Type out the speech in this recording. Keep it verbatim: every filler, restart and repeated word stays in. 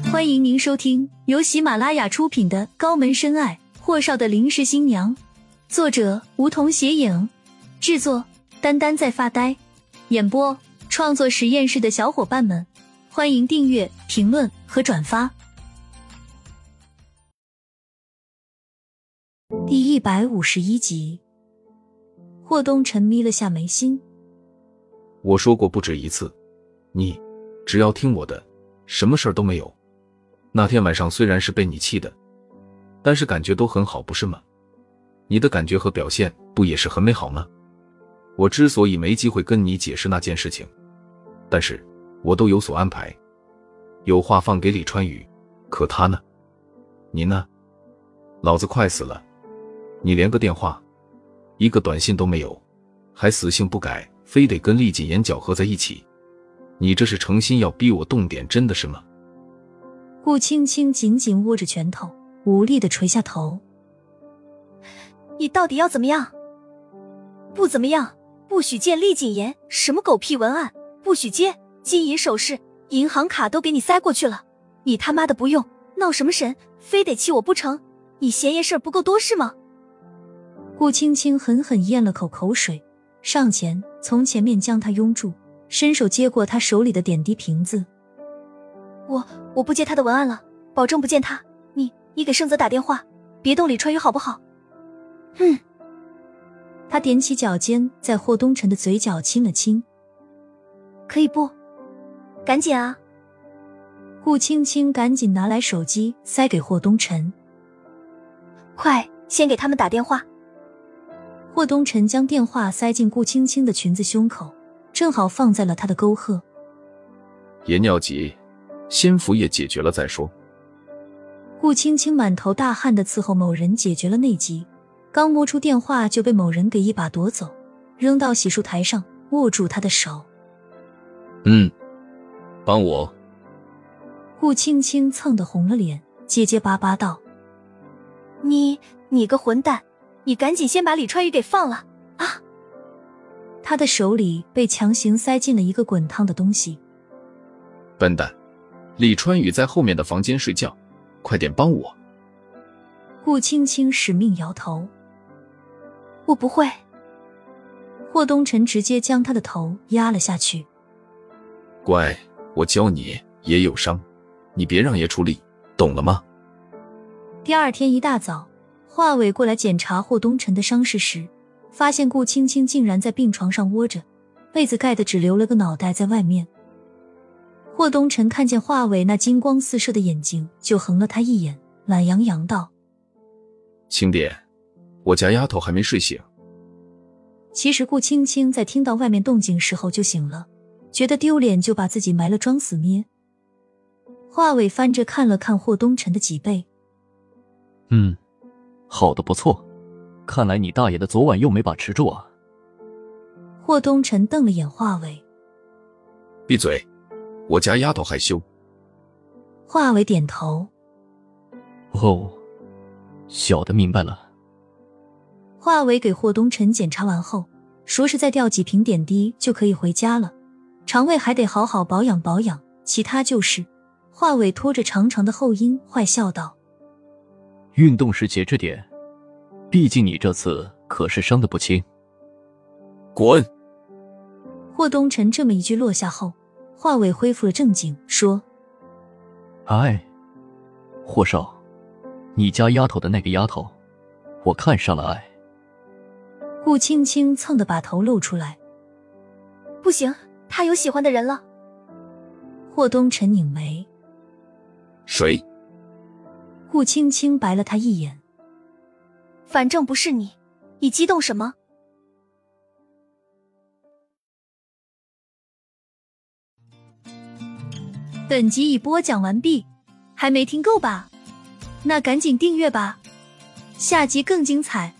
欢迎您收听由喜马拉雅出品的《高门深爱：霍少的临时新娘》，作者梧桐斜影，制作丹丹在发呆，演播创作实验室的小伙伴们，欢迎订阅、评论和转发。第一百五十一集，霍东辰眯了下眉心。 我说过不止一次，你只要听我的，什么事儿都没有。那天晚上虽然是被你气的，但是感觉都很好，不是吗？你的感觉和表现不也是很美好吗？我之所以没机会跟你解释那件事情，但是我都有所安排，有话放给李川宇，可他呢？你呢？老子快死了，你连个电话一个短信都没有，还死性不改，非得跟厉谨言搅和在一起，你这是诚心要逼我动点真的是吗？ 顾青青紧紧握着拳头，无力地垂下头。 你到底要怎么样？不怎么样，不许见厉谨言，什么狗屁文案，不许接，金银首饰、银行卡都给你塞过去了，你他妈的不用，闹什么神，非得气我不成？你闲言事儿不够多是吗？ 顾青青狠狠咽了口口水，上前从前面将他拥住，伸手接过他手里的点滴瓶子。 我我不接他的文案了，保证不见他。你你给盛泽打电话，别动李川宇好不好？嗯。 他踮起脚尖，在霍东辰的嘴角亲了亲。 可以不？赶紧啊！ 顾青青赶紧拿来手机塞给霍东辰。 快，先给他们打电话。 霍东辰将电话塞进顾青青的裙子胸口，正好放在了他的沟壑。 爷尿急，先服液解决了再说。 顾青青满头大汗地伺候某人解决了内急，刚摸出电话就被某人给一把夺走，扔到洗漱台上，握住他的手。 嗯，帮我。 顾青青蹭得红了脸，结结巴巴道： 你你个混蛋，你赶紧先把李川宇给放了啊！ 他的手里被强行塞进了一个滚烫的东西。 笨蛋，李川宇在后面的房间睡觉，快点帮我。 顾青青使命摇头。 我不会。 霍东辰直接将他的头压了下去。 乖，我教你，爷有伤，你别让爷出力，懂了吗？ 第二天一大早，华伟过来检查霍东辰的伤势时，发现顾青青竟然在病床上窝着，被子盖得只留了个脑袋在外面。霍东辰看见华伟那金光四射的眼睛，就横了他一眼，懒洋洋道： 青爹，我家丫头还没睡醒。 其实顾青青在听到外面动静时候就醒了，觉得丢脸就把自己埋了装死捏。华伟翻着看了看霍东辰的脊背。 嗯，好的不错，看来你大爷的昨晚又没把持住啊。 霍东辰瞪了眼华伟。 闭嘴，我家丫头害羞。 华伟点头。 哦，小的明白了。 华伟给霍东辰检查完后，说是再吊几瓶点滴就可以回家了，肠胃还得好好保养保养，其他就是。华伟拖着长长的后音坏笑道： 运动时节制点，毕竟你这次可是伤得不轻。 滚！ 霍东辰这么一句落下后，华伟恢复了正经，说： 哎，霍少，你家丫头的那个丫头，我看上了爱。 顾青青蹭地把头露出来。 不行，他有喜欢的人了。 霍东辰拧眉。 谁？ 顾青青白了他一眼。 反正不是你，你激动什么？ 本集已播讲完毕，还没听够吧？那赶紧订阅吧，下集更精彩。